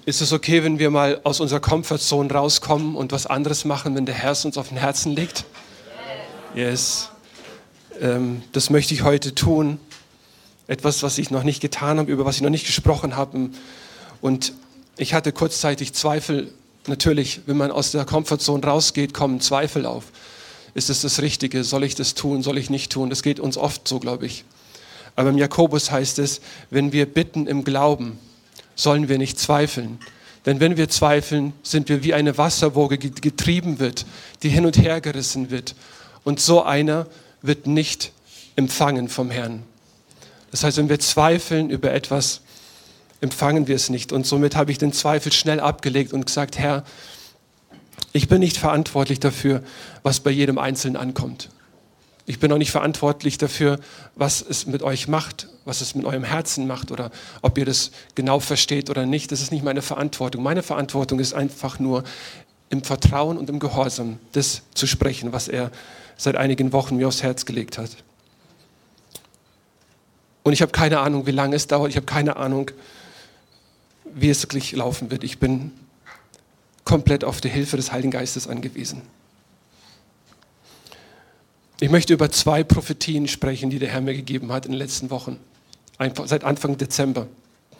Ist es okay, wenn wir mal aus unserer Comfortzone rauskommen und was anderes machen, wenn der Herr es uns auf den Herzen legt? Yes. Das möchte ich heute tun. Etwas, was ich noch nicht getan habe, über was ich noch nicht gesprochen habe. Und ich hatte kurzzeitig Zweifel. Natürlich, wenn man aus der Comfortzone rausgeht, kommen Zweifel auf. Ist es das Richtige? Soll ich das tun? Soll ich nicht tun? Das geht uns oft so, glaube ich. Aber im Jakobus heißt es, wenn wir bitten im Glauben, sollen wir nicht zweifeln. Denn wenn wir zweifeln, sind wir wie eine Wasserwoge, die getrieben wird, die hin und her gerissen wird. Und so einer wird nicht empfangen vom Herrn. Das heißt, wenn wir zweifeln über etwas, empfangen wir es nicht. Und somit habe ich den Zweifel schnell abgelegt und gesagt, Herr, ich bin nicht verantwortlich dafür, was bei jedem Einzelnen ankommt. Ich bin auch nicht verantwortlich dafür, was es mit euch macht, was es mit eurem Herzen macht oder ob ihr das genau versteht oder nicht. Das ist nicht meine Verantwortung. Meine Verantwortung ist einfach nur im Vertrauen und im Gehorsam, das zu sprechen, was er seit einigen Wochen mir aufs Herz gelegt hat. Und ich habe keine Ahnung, wie lange es dauert. Ich habe keine Ahnung, wie es wirklich laufen wird. Ich bin komplett auf die Hilfe des Heiligen Geistes angewiesen. Ich möchte über 2 Prophetien sprechen, die der Herr mir gegeben hat in den letzten Wochen, einfach seit Anfang Dezember.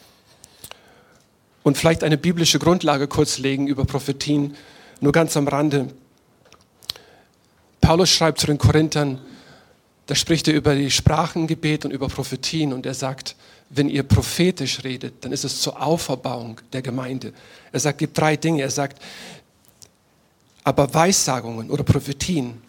Und vielleicht eine biblische Grundlage kurz legen über Prophetien, nur ganz am Rande. Paulus schreibt zu den Korinthern, da spricht er über die Sprachengebet und über Prophetien und er sagt, wenn ihr prophetisch redet, dann ist es zur Auferbauung der Gemeinde. Er sagt, es gibt 3 Dinge. Er sagt, aber Weissagungen oder Prophetien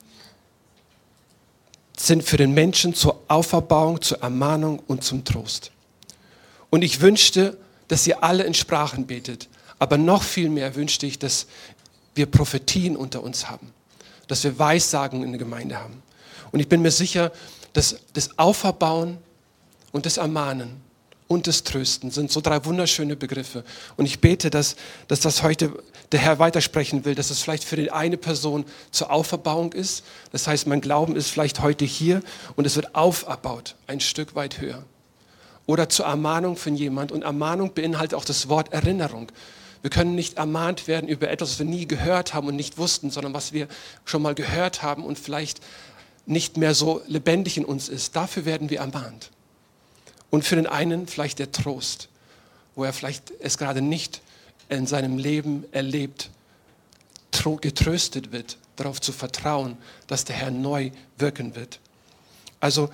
sind für den Menschen zur Auferbauung, zur Ermahnung und zum Trost. Und ich wünschte, dass ihr alle in Sprachen betet, aber noch viel mehr wünschte ich, dass wir Prophetien unter uns haben, dass wir Weissagungen in der Gemeinde haben. Und ich bin mir sicher, dass das Auferbauen und das Ermahnen und das Trösten sind so 3 wunderschöne Begriffe. Und ich bete, dass das heute der Herr weitersprechen will, dass es vielleicht für die eine Person zur Auferbauung ist. Das heißt, mein Glauben ist vielleicht heute hier und es wird auferbaut, ein Stück weit höher. Oder zur Ermahnung von jemand. Und Ermahnung beinhaltet auch das Wort Erinnerung. Wir können nicht ermahnt werden über etwas, was wir nie gehört haben und nicht wussten, sondern was wir schon mal gehört haben und vielleicht nicht mehr so lebendig in uns ist. Dafür werden wir ermahnt. Und für den einen vielleicht der Trost, wo er vielleicht es gerade nicht in seinem Leben erlebt, getröstet wird, darauf zu vertrauen, dass der Herr neu wirken wird. Also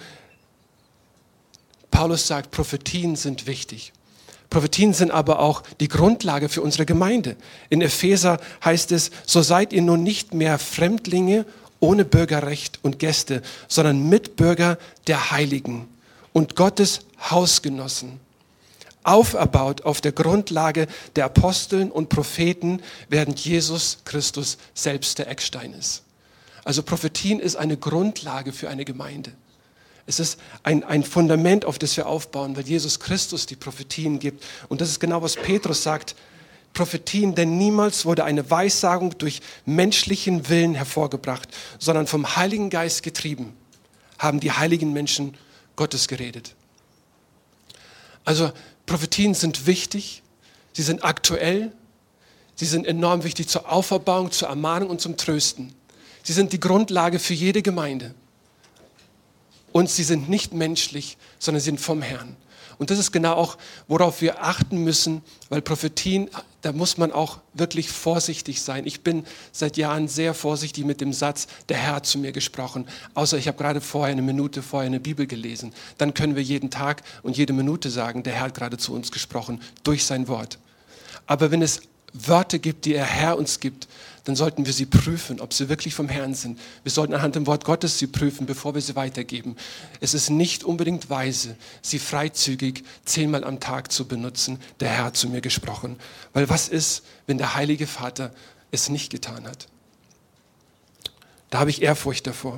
Paulus sagt, Prophetien sind wichtig. Prophetien sind aber auch die Grundlage für unsere Gemeinde. In Epheser heißt es, so seid ihr nun nicht mehr Fremdlinge ohne Bürgerrecht und Gäste, sondern Mitbürger der Heiligen und Gottes Hausgenossen, auferbaut auf der Grundlage der Aposteln und Propheten, während Jesus Christus selbst der Eckstein ist. Also Prophetien ist eine Grundlage für eine Gemeinde. Es ist ein Fundament, auf das wir aufbauen, weil Jesus Christus die Prophetien gibt. Und das ist genau, was Petrus sagt, Prophetien, denn niemals wurde eine Weissagung durch menschlichen Willen hervorgebracht, sondern vom Heiligen Geist getrieben, haben die heiligen Menschen Gottes geredet. Also Prophetien sind wichtig, sie sind aktuell, sie sind enorm wichtig zur Auferbauung, zur Ermahnung und zum Trösten. Sie sind die Grundlage für jede Gemeinde. Und sie sind nicht menschlich, sondern sie sind vom Herrn. Und das ist genau auch, worauf wir achten müssen, weil Prophetien, da muss man auch wirklich vorsichtig sein. Ich bin seit Jahren sehr vorsichtig mit dem Satz, der Herr hat zu mir gesprochen. Außer ich habe gerade eine Minute vorher eine Bibel gelesen. Dann können wir jeden Tag und jede Minute sagen, der Herr hat gerade zu uns gesprochen, durch sein Wort. Aber wenn es Wörter gibt, die der Herr uns gibt, dann sollten wir sie prüfen, ob sie wirklich vom Herrn sind. Wir sollten anhand dem Wort Gottes sie prüfen, bevor wir sie weitergeben. Es ist nicht unbedingt weise, sie freizügig 10-mal am Tag zu benutzen. Der Herr hat zu mir gesprochen. Weil was ist, wenn der Heilige Vater es nicht getan hat? Da habe ich Ehrfurcht davor.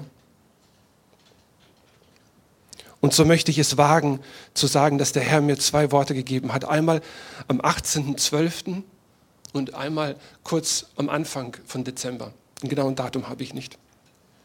Und so möchte ich es wagen, zu sagen, dass der Herr mir 2 Worte gegeben hat. Einmal am 18.12. und einmal kurz am Anfang von Dezember. Ein genauen Datum habe ich nicht.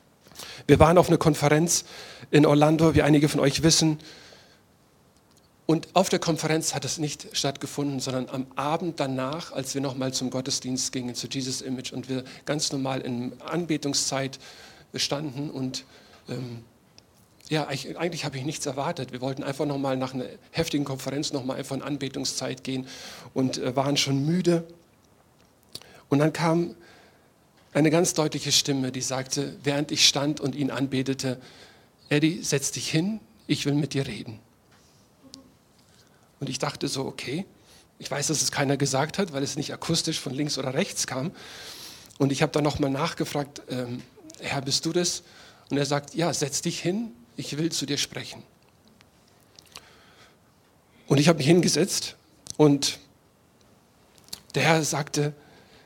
Wir waren auf einer Konferenz in Orlando, wie einige von euch wissen. Und auf der Konferenz hat es nicht stattgefunden, sondern am Abend danach, als wir nochmal zum Gottesdienst gingen, zu Jesus Image und wir ganz normal in Anbetungszeit standen und eigentlich habe ich nichts erwartet. Wir wollten einfach nochmal nach einer heftigen Konferenz nochmal einfach in Anbetungszeit gehen und waren schon müde. Und dann kam eine ganz deutliche Stimme, die sagte, während ich stand und ihn anbetete, Eddie, setz dich hin, ich will mit dir reden. Und ich dachte so, okay, ich weiß, dass es keiner gesagt hat, weil es nicht akustisch von links oder rechts kam. Und ich habe dann nochmal nachgefragt, Herr, bist du das? Und er sagt, ja, setz dich hin, ich will zu dir sprechen. Und ich habe mich hingesetzt und der Herr sagte,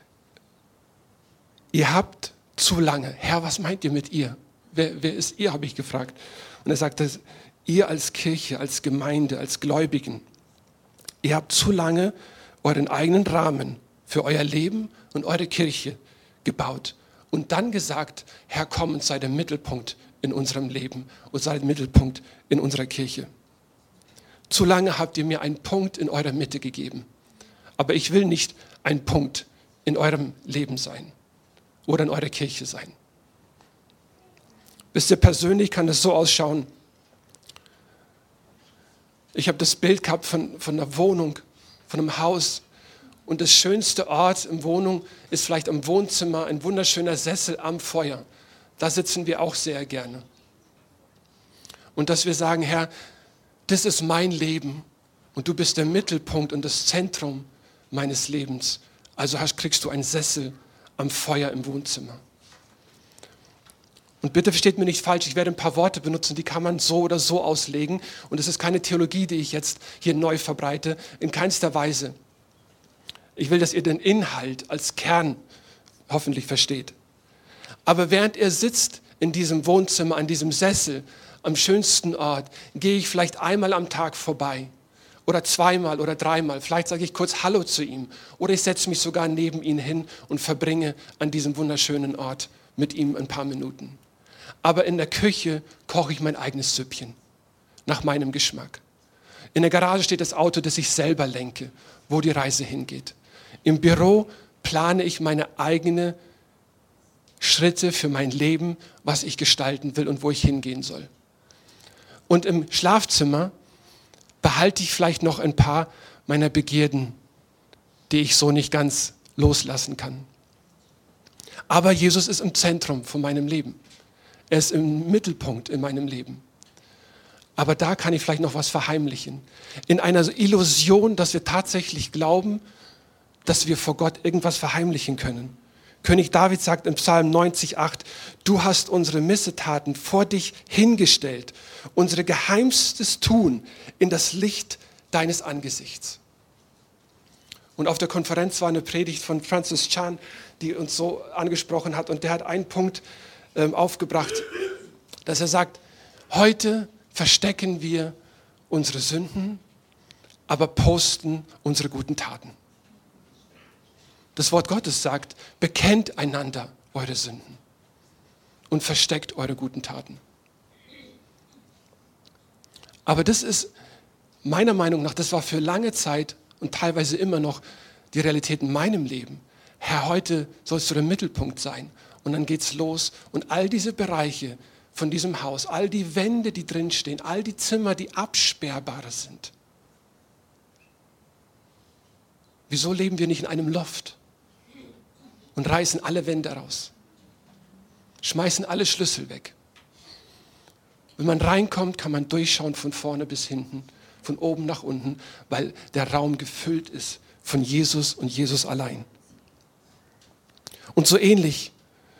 ihr habt zu lange. Herr, was meint ihr mit ihr? Wer ist ihr, habe ich gefragt. Und er sagte, ihr als Kirche, als Gemeinde, als Gläubigen, ihr habt zu lange euren eigenen Rahmen für euer Leben und eure Kirche gebaut und dann gesagt, Herr, komm und sei der Mittelpunkt in unserem Leben und sei der Mittelpunkt in unserer Kirche. Zu lange habt ihr mir einen Punkt in eurer Mitte gegeben, aber ich will nicht ein Punkt in eurem Leben sein oder in eurer Kirche sein. Wisst ihr, persönlich kann es so ausschauen, ich habe das Bild gehabt von einer Wohnung, von einem Haus. Und das schönste Ort im Wohnung ist vielleicht im Wohnzimmer, ein wunderschöner Sessel am Feuer. Da sitzen wir auch sehr gerne. Und dass wir sagen, Herr, das ist mein Leben und du bist der Mittelpunkt und das Zentrum meines Lebens. Also kriegst du einen Sessel am Feuer im Wohnzimmer. Und bitte versteht mir nicht falsch, ich werde ein paar Worte benutzen, die kann man so oder so auslegen. Und es ist keine Theologie, die ich jetzt hier neu verbreite, in keinster Weise. Ich will, dass ihr den Inhalt als Kern hoffentlich versteht. Aber während er sitzt in diesem Wohnzimmer, an diesem Sessel, am schönsten Ort, gehe ich vielleicht einmal am Tag vorbei. Oder zweimal oder dreimal. Vielleicht sage ich kurz Hallo zu ihm. Oder ich setze mich sogar neben ihn hin und verbringe an diesem wunderschönen Ort mit ihm ein paar Minuten. Aber in der Küche koche ich mein eigenes Süppchen, nach meinem Geschmack. In der Garage steht das Auto, das ich selber lenke, wo die Reise hingeht. Im Büro plane ich meine eigenen Schritte für mein Leben, was ich gestalten will und wo ich hingehen soll. Und im Schlafzimmer behalte ich vielleicht noch ein paar meiner Begierden, die ich so nicht ganz loslassen kann. Aber Jesus ist im Zentrum von meinem Leben. Er ist im Mittelpunkt in meinem Leben. Aber da kann ich vielleicht noch was verheimlichen. In einer Illusion, dass wir tatsächlich glauben, dass wir vor Gott irgendwas verheimlichen können. König David sagt im Psalm 90,8, du hast unsere Missetaten vor dich hingestellt, unsere geheimstes Tun in das Licht deines Angesichts. Und auf der Konferenz war eine Predigt von Francis Chan, die uns so angesprochen hat. Und der hat einen Punkt aufgebracht, dass er sagt, heute verstecken wir unsere Sünden, aber posten unsere guten Taten. Das Wort Gottes sagt, bekennt einander eure Sünden und versteckt eure guten Taten. Aber das ist meiner Meinung nach, das war für lange Zeit und teilweise immer noch die Realität in meinem Leben. Herr, heute sollst du der Mittelpunkt sein. Und dann geht's los und all diese Bereiche von diesem Haus, all die Wände, die drinstehen, all die Zimmer, die absperrbar sind. Wieso leben wir nicht in einem Loft und reißen alle Wände raus? Schmeißen alle Schlüssel weg. Wenn man reinkommt, kann man durchschauen von vorne bis hinten, von oben nach unten, weil der Raum gefüllt ist von Jesus und Jesus allein. Und so ähnlich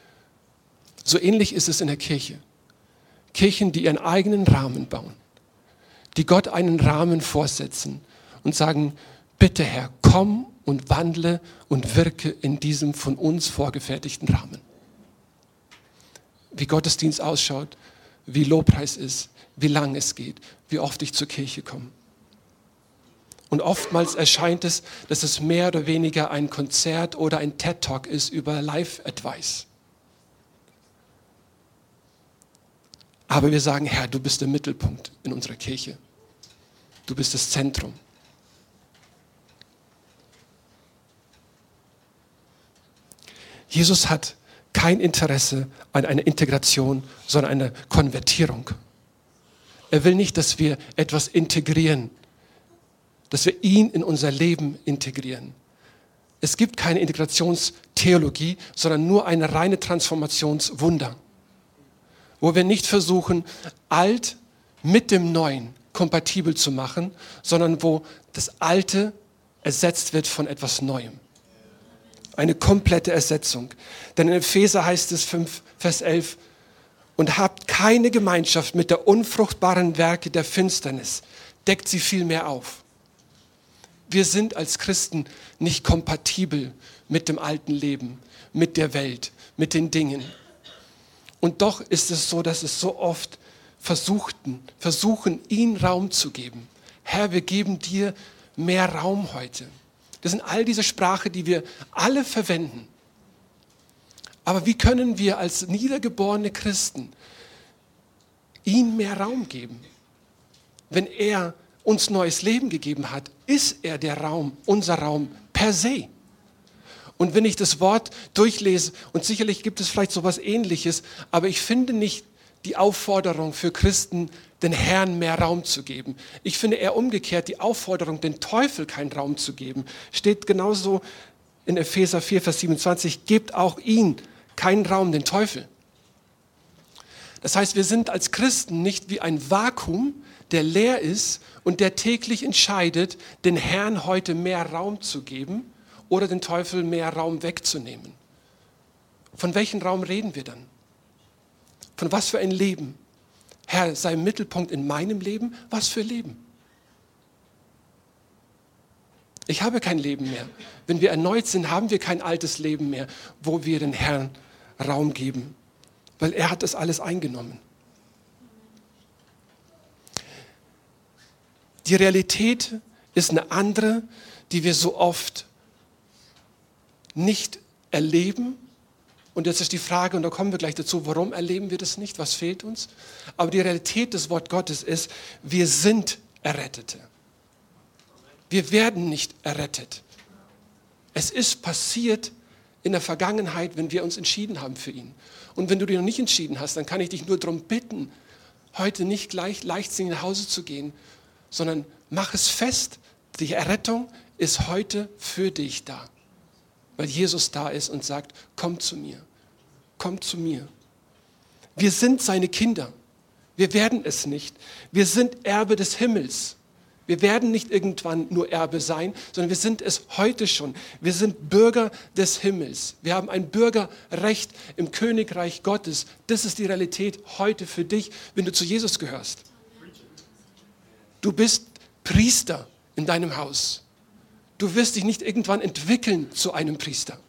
ist es in der Kirche. Kirchen, die ihren eigenen Rahmen bauen, die Gott einen Rahmen vorsetzen und sagen, bitte Herr, komm und wandle und wirke in diesem von uns vorgefertigten Rahmen. Wie Gottesdienst ausschaut, wie Lobpreis ist, wie lang es geht, wie oft ich zur Kirche komme. Und oftmals erscheint es, dass es mehr oder weniger ein Konzert oder ein TED-Talk ist über Life-Advice. Aber wir sagen, Herr, du bist der Mittelpunkt in unserer Kirche. Du bist das Zentrum. Jesus hat kein Interesse an einer Integration, sondern einer Konvertierung. Er will nicht, dass wir etwas integrieren, dass wir ihn in unser Leben integrieren. Es gibt keine Integrationstheologie, sondern nur eine reine Transformationswunder, wo wir nicht versuchen, alt mit dem Neuen kompatibel zu machen, sondern wo das Alte ersetzt wird von etwas Neuem. Eine komplette Ersetzung. Denn in Epheser heißt es 5, Vers 11, und habt keine Gemeinschaft mit der unfruchtbaren Werke der Finsternis, deckt sie vielmehr auf. Wir sind als Christen nicht kompatibel mit dem alten Leben, mit der Welt, mit den Dingen. Und doch ist es so, dass es so oft versuchen, ihm Raum zu geben. Herr, wir geben dir mehr Raum heute. Das sind all diese Sprachen, die wir alle verwenden. Aber wie können wir als niedergeborene Christen ihm mehr Raum geben? Wenn er uns neues Leben gegeben hat, ist er der Raum, unser Raum per se. Und wenn ich das Wort durchlese, und sicherlich gibt es vielleicht so etwas Ähnliches, aber ich finde nicht die Aufforderung für Christen, den Herrn mehr Raum zu geben. Ich finde eher umgekehrt die Aufforderung, den Teufel keinen Raum zu geben. Steht genauso in Epheser 4, Vers 27, gebt auch ihn keinen Raum, den Teufel. Das heißt, wir sind als Christen nicht wie ein Vakuum, der leer ist und der täglich entscheidet, den Herrn heute mehr Raum zu geben oder den Teufel mehr Raum wegzunehmen. Von welchem Raum reden wir dann? Von was für ein Leben? Herr, sei im Mittelpunkt in meinem Leben. Was für Leben? Ich habe kein Leben mehr. Wenn wir erneut sind, haben wir kein altes Leben mehr, wo wir den Herrn Raum geben, weil er hat das alles eingenommen. Die Realität ist eine andere, die wir so oft nicht erleben. Und jetzt ist die Frage, und da kommen wir gleich dazu, warum erleben wir das nicht? Was fehlt uns? Aber die Realität des Wort Gottes ist, wir sind Errettete. Wir werden nicht errettet. Es ist passiert in der Vergangenheit, wenn wir uns entschieden haben für ihn. Und wenn du dich noch nicht entschieden hast, dann kann ich dich nur darum bitten, heute nicht gleich leichtsinnig nach Hause zu gehen, sondern mach es fest, die Errettung ist heute für dich da. Weil Jesus da ist und sagt, komm zu mir, komm zu mir. Wir sind seine Kinder. Wir werden es nicht. Wir sind Erbe des Himmels. Wir werden nicht irgendwann nur Erbe sein, sondern wir sind es heute schon. Wir sind Bürger des Himmels. Wir haben ein Bürgerrecht im Königreich Gottes. Das ist die Realität heute für dich, wenn du zu Jesus gehörst. Du bist Priester in deinem Haus. Du wirst dich nicht irgendwann entwickeln zu einem Priester.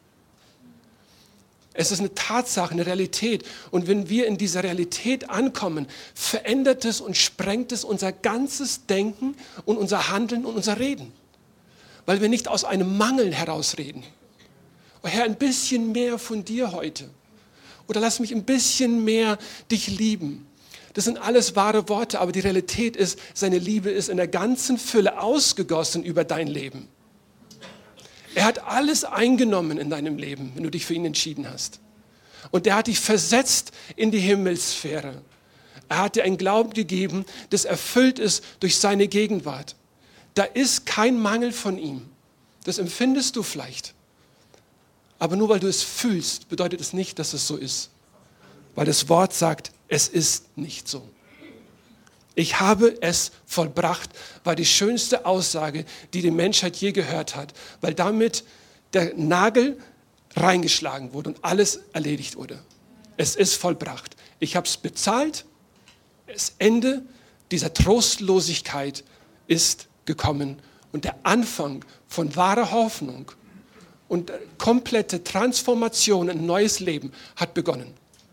Es ist eine Tatsache, eine Realität. Und wenn wir in dieser Realität ankommen, verändert es und sprengt es unser ganzes Denken und unser Handeln und unser Reden. Weil wir nicht aus einem Mangel herausreden. Oh Herr, ein bisschen mehr von dir heute. Oder lass mich ein bisschen mehr dich lieben. Das sind alles wahre Worte, aber die Realität ist, seine Liebe ist in der ganzen Fülle ausgegossen über dein Leben. Er hat alles eingenommen in deinem Leben, wenn du dich für ihn entschieden hast. Und er hat dich versetzt in die Himmelssphäre. Er hat dir einen Glauben gegeben, das erfüllt ist durch seine Gegenwart. Da ist kein Mangel von ihm. Das empfindest du vielleicht. Aber nur weil du es fühlst, bedeutet es nicht, dass es so ist. Weil das Wort sagt, es ist nicht so. Ich habe es vollbracht, war die schönste Aussage, die die Menschheit je gehört hat, weil damit der Nagel reingeschlagen wurde und alles erledigt wurde. Es ist vollbracht. Ich habe es bezahlt. Das Ende dieser Trostlosigkeit ist gekommen und der Anfang von wahrer Hoffnung und komplette Transformation, ein neues Leben hat begonnen.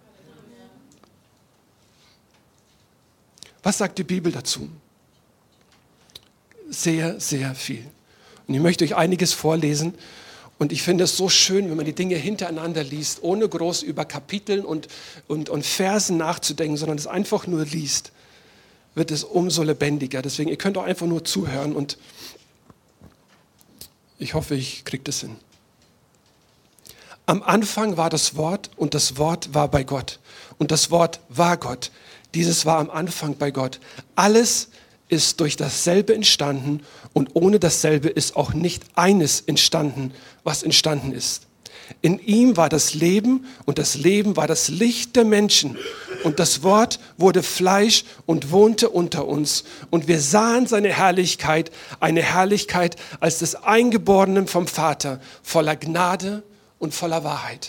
Was sagt die Bibel dazu? Sehr, sehr viel. Und ich möchte euch einiges vorlesen. Und ich finde es so schön, wenn man die Dinge hintereinander liest, ohne groß über Kapiteln und Versen nachzudenken, sondern es einfach nur liest. wird es umso lebendiger. Deswegen, ihr könnt auch einfach nur zuhören und ich hoffe, ich kriege das hin. Am Anfang war das Wort und das Wort war bei Gott. Und das Wort war Gott. Dieses war am Anfang bei Gott. Alles ist durch dasselbe entstanden und ohne dasselbe ist auch nicht eines entstanden, was entstanden ist. In ihm war das Leben und das Leben war das Licht der Menschen. Und das Wort wurde Fleisch und wohnte unter uns. Und wir sahen seine Herrlichkeit, eine Herrlichkeit als des Eingeborenen vom Vater, voller Gnade und voller Wahrheit.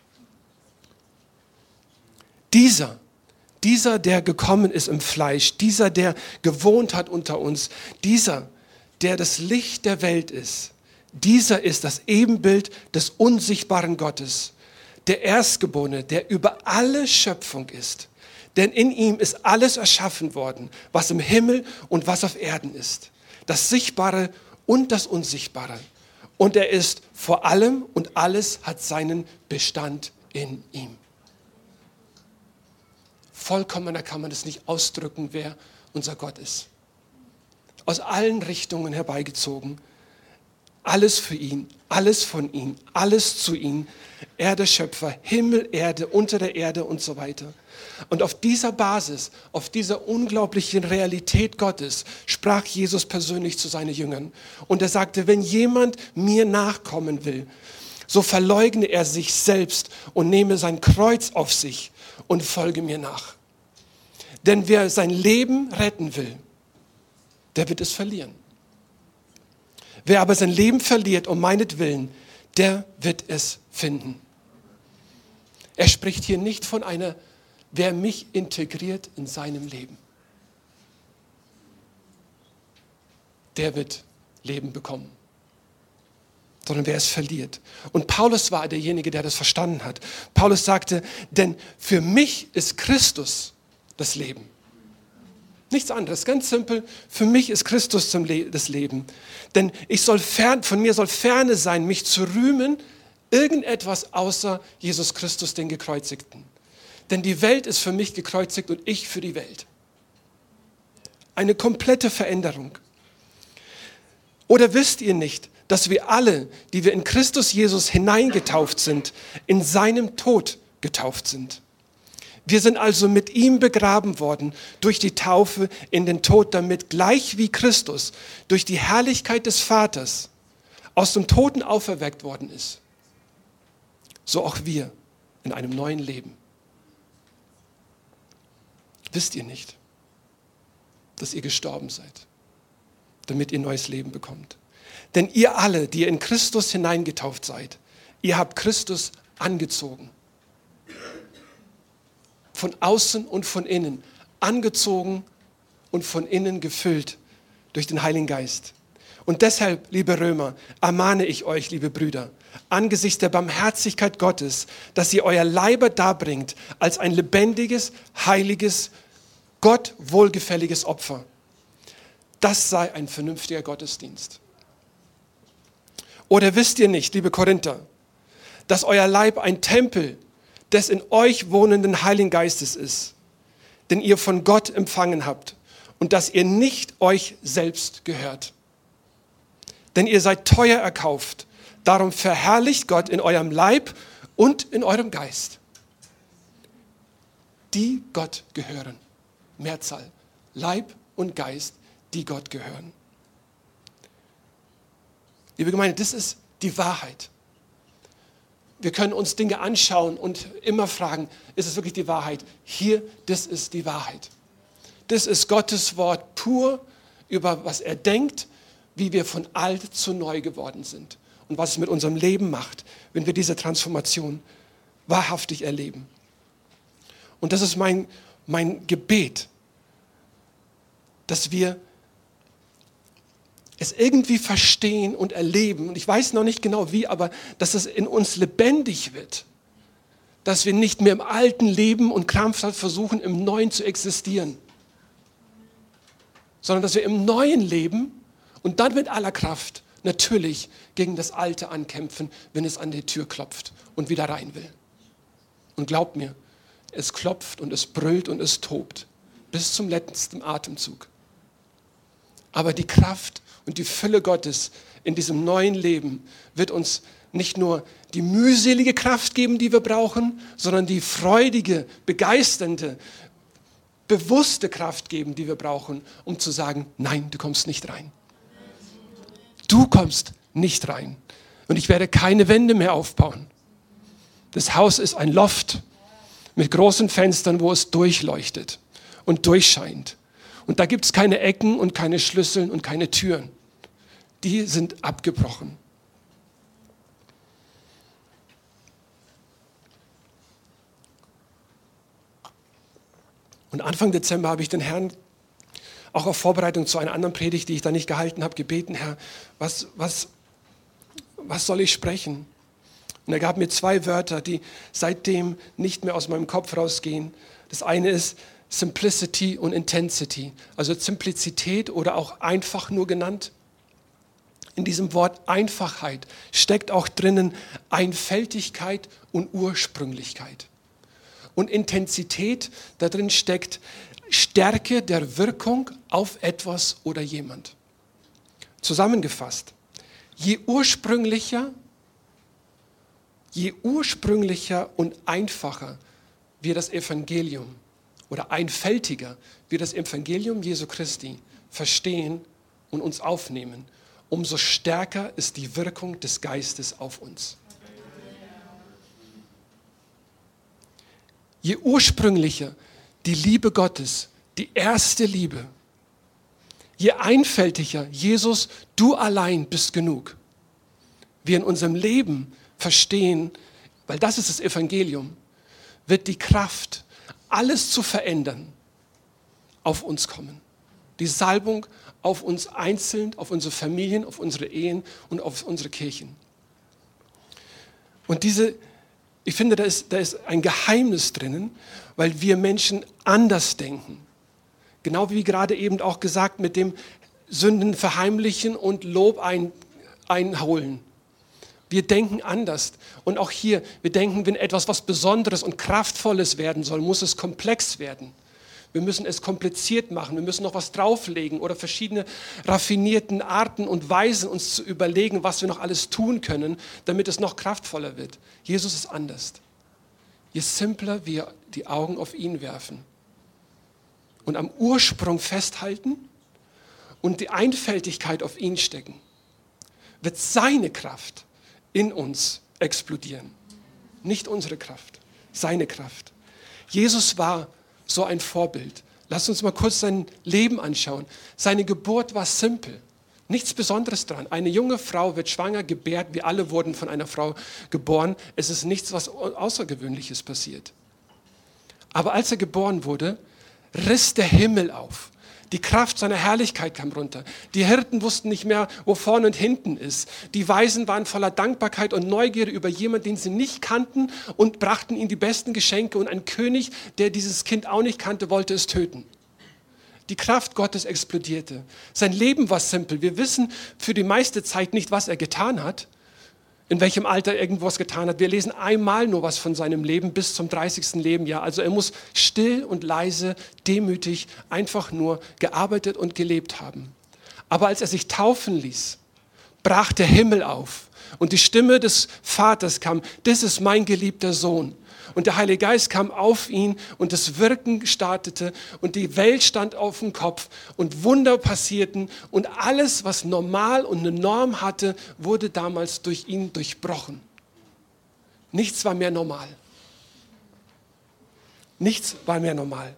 Dieser, der gekommen ist im Fleisch, dieser, der gewohnt hat unter uns, dieser, der das Licht der Welt ist, dieser ist das Ebenbild des unsichtbaren Gottes, der Erstgeborene, der über alle Schöpfung ist. Denn in ihm ist alles erschaffen worden, was im Himmel und was auf Erden ist, das Sichtbare und das Unsichtbare. Und er ist vor allem und alles hat seinen Bestand in ihm. Vollkommener kann man es nicht ausdrücken, wer unser Gott ist. Aus allen Richtungen herbeigezogen. Alles für ihn, alles von ihm, alles zu ihm. Er der Schöpfer, Himmel, Erde, unter der Erde und so weiter. Und auf dieser Basis, auf dieser unglaublichen Realität Gottes, sprach Jesus persönlich zu seinen Jüngern. Und er sagte, wenn jemand mir nachkommen will, so verleugne er sich selbst und nehme sein Kreuz auf sich und folge mir nach. Denn wer sein Leben retten will, der wird es verlieren. Wer aber sein Leben verliert um meinetwillen, der wird es finden. Er spricht hier nicht von einer, wer mich integriert in seinem Leben, der wird Leben bekommen. Sondern wer es verliert. Und Paulus war derjenige, der das verstanden hat. Paulus sagte, denn für mich ist Christus das Leben. Nichts anderes, ganz simpel. Für mich ist Christus das Leben. Denn von mir soll ferne sein, mich zu rühmen, irgendetwas außer Jesus Christus, den Gekreuzigten. Denn die Welt ist für mich gekreuzigt und ich für die Welt. Eine komplette Veränderung. Oder wisst ihr nicht, dass wir alle, die wir in Christus Jesus hineingetauft sind, in seinem Tod getauft sind? Wir sind also mit ihm begraben worden durch die Taufe in den Tod, damit gleich wie Christus durch die Herrlichkeit des Vaters aus dem Toten auferweckt worden ist, so auch wir in einem neuen Leben. Wisst ihr nicht, dass ihr gestorben seid, damit ihr neues Leben bekommt? Denn ihr alle, die ihr in Christus hineingetauft seid, ihr habt Christus angezogen. Von außen und von innen, angezogen und von innen gefüllt durch den Heiligen Geist. Und deshalb, liebe Römer, ermahne ich euch, liebe Brüder, angesichts der Barmherzigkeit Gottes, dass ihr euer Leiber darbringt als ein lebendiges, heiliges, Gott wohlgefälliges Opfer. Das sei ein vernünftiger Gottesdienst. Oder wisst ihr nicht, liebe Korinther, dass euer Leib ein Tempel des in euch wohnenden Heiligen Geistes ist, den ihr von Gott empfangen habt und dass ihr nicht euch selbst gehört. Denn ihr seid teuer erkauft, darum verherrlicht Gott in eurem Leib und in eurem Geist, die Gott gehören. Mehrzahl, Leib und Geist, die Gott gehören. Liebe Gemeinde, das ist die Wahrheit. Wir können uns Dinge anschauen und immer fragen, ist es wirklich die Wahrheit? Hier, das ist die Wahrheit. Das ist Gottes Wort pur über was er denkt, wie wir von alt zu neu geworden sind und was es mit unserem Leben macht, wenn wir diese Transformation wahrhaftig erleben. Und das ist mein Gebet, dass wir es irgendwie verstehen und erleben. Und ich weiß noch nicht genau wie, aber dass es in uns lebendig wird. Dass wir nicht mehr im Alten leben und krampfhaft versuchen, im Neuen zu existieren. Sondern dass wir im Neuen leben und dann mit aller Kraft natürlich gegen das Alte ankämpfen, wenn es an die Tür klopft und wieder rein will. Und glaubt mir, es klopft und es brüllt und es tobt. bis zum letzten Atemzug. Aber die Kraft und die Fülle Gottes in diesem neuen Leben wird uns nicht nur die mühselige Kraft geben, die wir brauchen, sondern die freudige, begeisternde, bewusste Kraft geben, die wir brauchen, um zu sagen, nein, du kommst nicht rein. Du kommst nicht rein. Und ich werde keine Wände mehr aufbauen. Das Haus ist ein Loft mit großen Fenstern, wo es durchleuchtet und durchscheint. Und da gibt es keine Ecken und keine Schlüsseln und keine Türen. Die sind abgebrochen. Und Anfang Dezember habe ich den Herrn, auch auf Vorbereitung zu einer anderen Predigt, die ich da nicht gehalten habe, gebeten, Herr, was soll ich sprechen? Und er gab mir 2 Wörter, die seitdem nicht mehr aus meinem Kopf rausgehen. Das eine ist Simplicity und Intensity, also Simplizität oder auch einfach nur genannt. In diesem Wort Einfachheit steckt auch drinnen Einfältigkeit und Ursprünglichkeit. Und Intensität, da drin steckt Stärke der Wirkung auf etwas oder jemand. Zusammengefasst, je ursprünglicher und einfacher wir das Evangelium oder einfältiger wir das Evangelium Jesu Christi verstehen und uns aufnehmen, umso stärker ist die Wirkung des Geistes auf uns. Je ursprünglicher die Liebe Gottes, die erste Liebe, je einfältiger, Jesus, du allein bist genug, wir in unserem Leben verstehen, weil das ist das Evangelium, wird die Kraft, alles zu verändern, auf uns kommen. Die Salbung auf uns einzeln, auf unsere Familien, auf unsere Ehen und auf unsere Kirchen. Und ich finde, da ist ein Geheimnis drinnen, weil wir Menschen anders denken. Genau wie gerade eben auch gesagt mit dem Sünden verheimlichen und Lob einholen. Wir denken anders. Und auch hier, wir denken, wenn etwas was Besonderes und Kraftvolles werden soll, muss es komplex werden. Wir müssen es kompliziert machen, wir müssen noch was drauflegen oder verschiedene raffinierten Arten und Weisen uns zu überlegen, was wir noch alles tun können, damit es noch kraftvoller wird. Jesus ist anders. Je simpler wir die Augen auf ihn werfen und am Ursprung festhalten und die Einfältigkeit auf ihn stecken, wird seine Kraft in uns explodieren. Nicht unsere Kraft, seine Kraft. Jesus war so ein Vorbild. Lasst uns mal kurz sein Leben anschauen. Seine Geburt war simpel. Nichts Besonderes dran. Eine junge Frau wird schwanger, gebärt. Wir alle wurden von einer Frau geboren. Es ist nichts, was Außergewöhnliches passiert. Aber als er geboren wurde, riss der Himmel auf. Die Kraft seiner Herrlichkeit kam runter. Die Hirten wussten nicht mehr, wo vorne und hinten ist. Die Weisen waren voller Dankbarkeit und Neugierde über jemanden, den sie nicht kannten und brachten ihm die besten Geschenke. Und ein König, der dieses Kind auch nicht kannte, wollte es töten. Die Kraft Gottes explodierte. Sein Leben war simpel. Wir wissen für die meiste Zeit nicht, was er getan hat, in welchem Alter er irgendwas getan hat. Wir lesen einmal nur was von seinem Leben bis zum 30. Lebensjahr. Also er muss still und leise, demütig, einfach nur gearbeitet und gelebt haben. Aber als er sich taufen ließ, brach der Himmel auf und die Stimme des Vaters kam, das ist mein geliebter Sohn. Und der Heilige Geist kam auf ihn und das Wirken startete und die Welt stand auf dem Kopf und Wunder passierten und alles, was normal und eine Norm hatte, wurde damals durch ihn durchbrochen. Nichts war mehr normal. Nichts war mehr normal.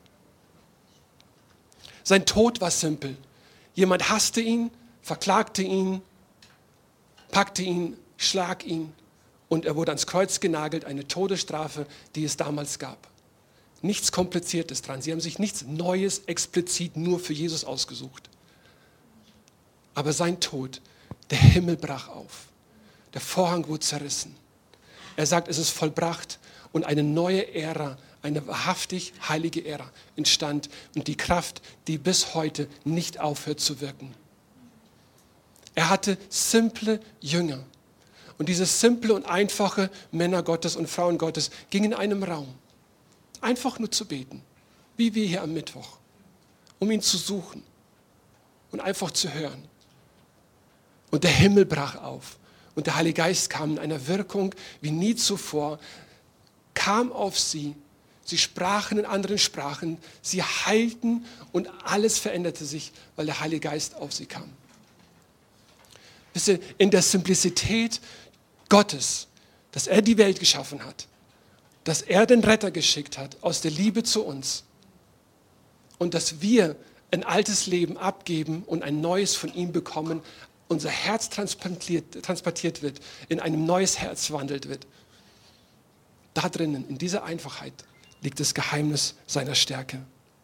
Sein Tod war simpel. Jemand hasste ihn, verklagte ihn, packte ihn, schlag ihn. Und er wurde ans Kreuz genagelt, eine Todesstrafe, die es damals gab. Nichts Kompliziertes dran. Sie haben sich nichts Neues explizit nur für Jesus ausgesucht. Aber sein Tod, der Himmel brach auf. Der Vorhang wurde zerrissen. Er sagt, es ist vollbracht und eine neue Ära, eine wahrhaftig heilige Ära entstand und die Kraft, die bis heute nicht aufhört zu wirken. Er hatte simple Jünger. Und diese simple und einfache Männer Gottes und Frauen Gottes gingen in einem Raum, einfach nur zu beten, wie wir hier am Mittwoch. um ihn zu suchen und einfach zu hören. Und der Himmel brach auf und der Heilige Geist kam in einer Wirkung wie nie zuvor, kam auf sie. Sie sprachen in anderen Sprachen, sie heilten und alles veränderte sich, weil der Heilige Geist auf sie kam. Wisst ihr, in der Simplizität Gottes, dass er die Welt geschaffen hat, dass er den Retter geschickt hat aus der Liebe zu uns und dass wir ein altes Leben abgeben und ein neues von ihm bekommen, unser Herz transportiert wird, in ein neues Herz verwandelt wird. Da drinnen, in dieser Einfachheit, liegt das Geheimnis seiner Stärke.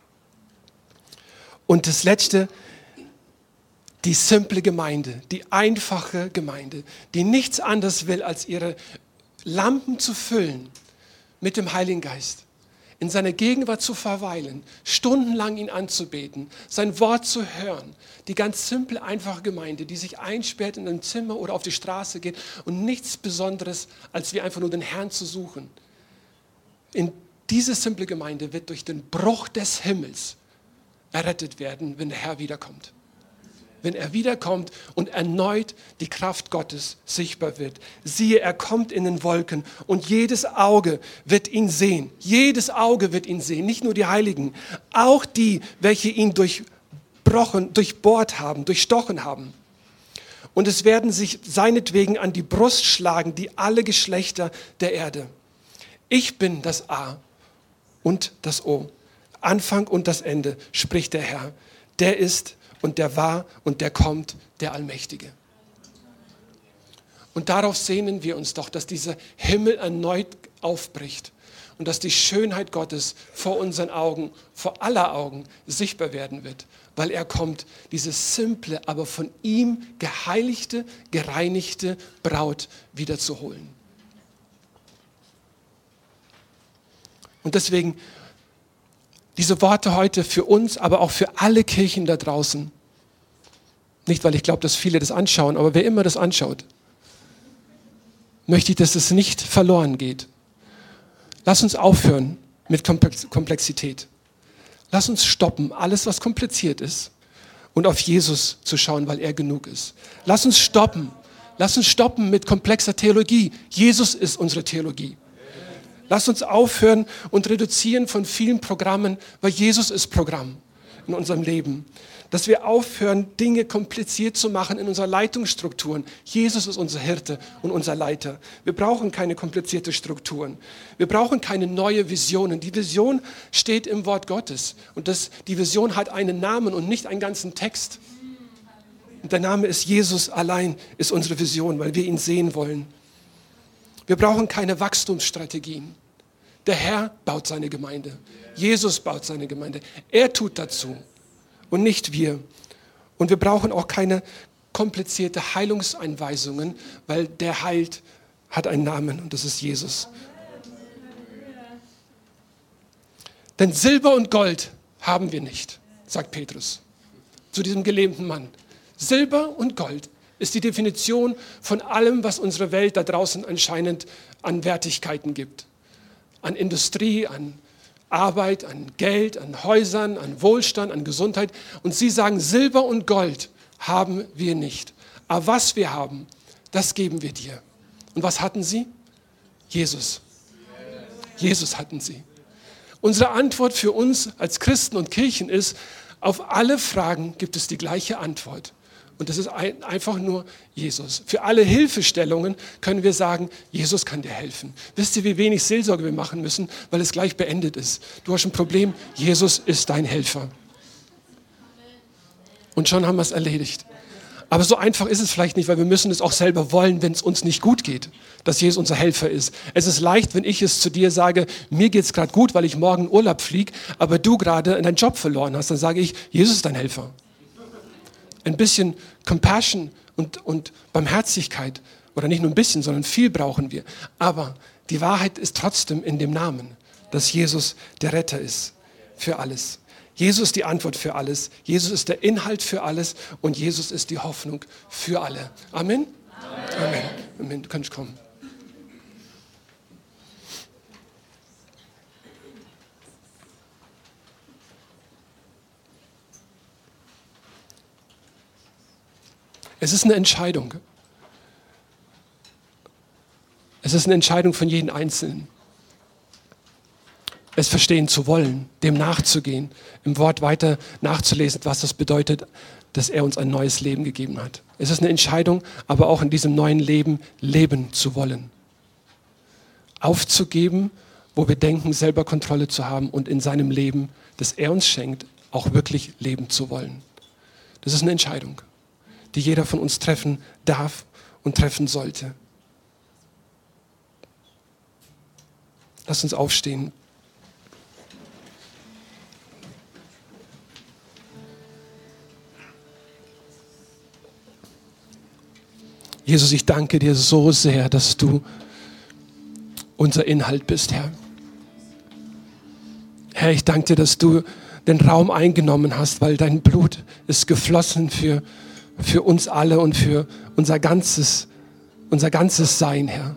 Und das Letzte, die simple Gemeinde, die einfache Gemeinde, die nichts anderes will, als ihre Lampen zu füllen mit dem Heiligen Geist, in seiner Gegenwart zu verweilen, stundenlang ihn anzubeten, sein Wort zu hören. Die ganz simple, einfache Gemeinde, die sich einsperrt in ein Zimmer oder auf die Straße geht und nichts Besonderes, als wie einfach nur den Herrn zu suchen. In diese simple Gemeinde wird durch den Bruch des Himmels errettet werden, wenn der Herr wiederkommt. Wenn er wiederkommt und erneut die Kraft Gottes sichtbar wird. Siehe, er kommt in den Wolken und jedes Auge wird ihn sehen. Jedes Auge wird ihn sehen, nicht nur die Heiligen, auch die, welche ihn durchbohrt haben, durchstochen haben. Und es werden sich seinetwegen an die Brust schlagen, die alle Geschlechter der Erde. Ich bin das A und das O, Anfang und das Ende, spricht der Herr. Der ist und der war und der kommt, der Allmächtige. Und darauf sehnen wir uns doch, dass dieser Himmel erneut aufbricht und dass die Schönheit Gottes vor unseren Augen, vor aller Augen sichtbar werden wird, weil er kommt, diese simple, aber von ihm geheiligte, gereinigte Braut wiederzuholen. Und deswegen diese Worte heute für uns, aber auch für alle Kirchen da draußen. Nicht, weil ich glaube, dass viele das anschauen, aber wer immer das anschaut, möchte ich, dass es nicht verloren geht. Lass uns aufhören mit Komplexität. Lass uns stoppen, alles, was kompliziert ist, und auf Jesus zu schauen, weil er genug ist. Lass uns stoppen mit komplexer Theologie. Jesus ist unsere Theologie. Lass uns aufhören und reduzieren von vielen Programmen, weil Jesus ist Programm in unserem Leben. Dass wir aufhören, Dinge kompliziert zu machen in unseren Leitungsstrukturen. Jesus ist unser Hirte und unser Leiter. Wir brauchen keine komplizierten Strukturen. Wir brauchen keine neuen Visionen. Die Vision steht im Wort Gottes. Und die Vision hat einen Namen und nicht einen ganzen Text. Und der Name ist Jesus allein, ist unsere Vision, weil wir ihn sehen wollen. Wir brauchen keine Wachstumsstrategien. Der Herr baut seine Gemeinde. Jesus baut seine Gemeinde. Er tut dazu und nicht wir. Und wir brauchen auch keine komplizierte Heilungseinweisungen, weil der heilt, hat einen Namen und das ist Jesus. Denn Silber und Gold haben wir nicht, sagt Petrus zu diesem gelähmten Mann. Silber und Gold ist die Definition von allem, was unsere Welt da draußen anscheinend an Wertigkeiten gibt. An Industrie, an Arbeit, an Geld, an Häusern, an Wohlstand, an Gesundheit. Und sie sagen, Silber und Gold haben wir nicht. Aber was wir haben, das geben wir dir. Und was hatten sie? Jesus. Jesus hatten sie. Unsere Antwort für uns als Christen und Kirchen ist, auf alle Fragen gibt es die gleiche Antwort. Und das ist einfach nur Jesus. Für alle Hilfestellungen können wir sagen, Jesus kann dir helfen. Wisst ihr, wie wenig Seelsorge wir machen müssen, weil es gleich beendet ist? Du hast ein Problem, Jesus ist dein Helfer. Und schon haben wir es erledigt. Aber so einfach ist es vielleicht nicht, weil wir müssen es auch selber wollen, wenn es uns nicht gut geht, dass Jesus unser Helfer ist. Es ist leicht, wenn ich es zu dir sage, mir geht es gerade gut, weil ich morgen in Urlaub fliege, aber du gerade deinen Job verloren hast, dann sage ich, Jesus ist dein Helfer. Ein bisschen Compassion und Barmherzigkeit, oder nicht nur ein bisschen, sondern viel brauchen wir. Aber die Wahrheit ist trotzdem in dem Namen, dass Jesus der Retter ist für alles. Jesus ist die Antwort für alles. Jesus ist der Inhalt für alles und Jesus ist die Hoffnung für alle. Amen? Amen. Amen. Amen. Du kannst kommen. Es ist eine Entscheidung. Es ist eine Entscheidung von jedem Einzelnen. Es verstehen zu wollen, dem nachzugehen, im Wort weiter nachzulesen, was das bedeutet, dass er uns ein neues Leben gegeben hat. Es ist eine Entscheidung, aber auch in diesem neuen Leben leben zu wollen. Aufzugeben, wo wir denken, selber Kontrolle zu haben und in seinem Leben, das er uns schenkt, auch wirklich leben zu wollen. Das ist eine Entscheidung, die jeder von uns treffen darf und treffen sollte. Lass uns aufstehen. Jesus, ich danke dir so sehr, dass du unser Inhalt bist, Herr. Herr, ich danke dir, dass du den Raum eingenommen hast, weil dein Blut ist geflossen für uns alle und für unser ganzes Sein, Herr.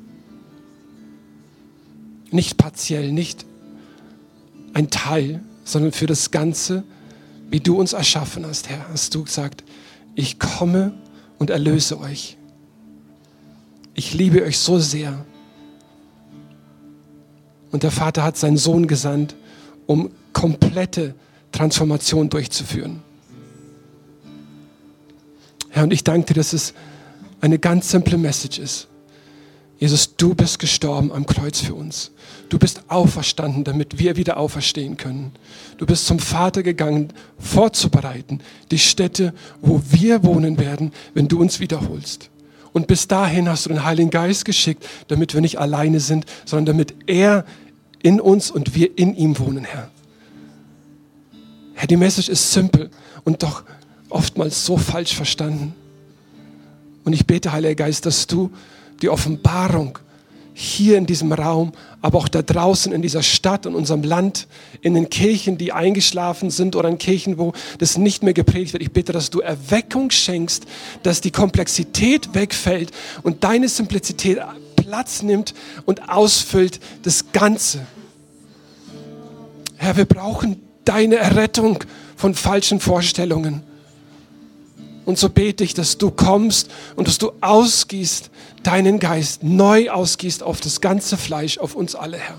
Nicht partiell, nicht ein Teil, sondern für das Ganze, wie du uns erschaffen hast, Herr, hast du gesagt, ich komme und erlöse euch. Ich liebe euch so sehr. Und der Vater hat seinen Sohn gesandt, um komplette Transformation durchzuführen. Herr, und ich danke dir, dass es eine ganz simple Message ist. Jesus, du bist gestorben am Kreuz für uns. Du bist auferstanden, damit wir wieder auferstehen können. Du bist zum Vater gegangen, vorzubereiten, die Stätte, wo wir wohnen werden, wenn du uns wiederholst. Und bis dahin hast du den Heiligen Geist geschickt, damit wir nicht alleine sind, sondern damit er in uns und wir in ihm wohnen, Herr. Herr, die Message ist simpel und doch oftmals so falsch verstanden. Und ich bete, Heiliger Geist, dass du die Offenbarung hier in diesem Raum, aber auch da draußen in dieser Stadt, in unserem Land, in den Kirchen, die eingeschlafen sind oder in Kirchen, wo das nicht mehr gepredigt wird. Ich bitte, dass du Erweckung schenkst, dass die Komplexität wegfällt und deine Simplizität Platz nimmt und ausfüllt das Ganze. Herr, wir brauchen deine Errettung von falschen Vorstellungen. Und so bete ich, dass du kommst und dass du ausgießt, deinen Geist neu ausgießt auf das ganze Fleisch, auf uns alle, Herr.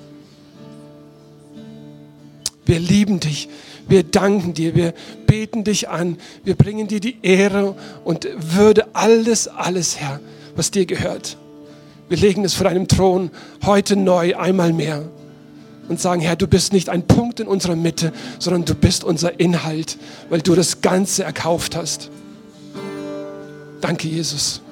Wir lieben dich, wir danken dir, wir beten dich an, wir bringen dir die Ehre und Würde, alles, Herr, was dir gehört. Wir legen es vor deinem Thron heute neu, einmal mehr und sagen, Herr, du bist nicht ein Punkt in unserer Mitte, sondern du bist unser Inhalt, weil du das Ganze erkauft hast. Danke, Jesus.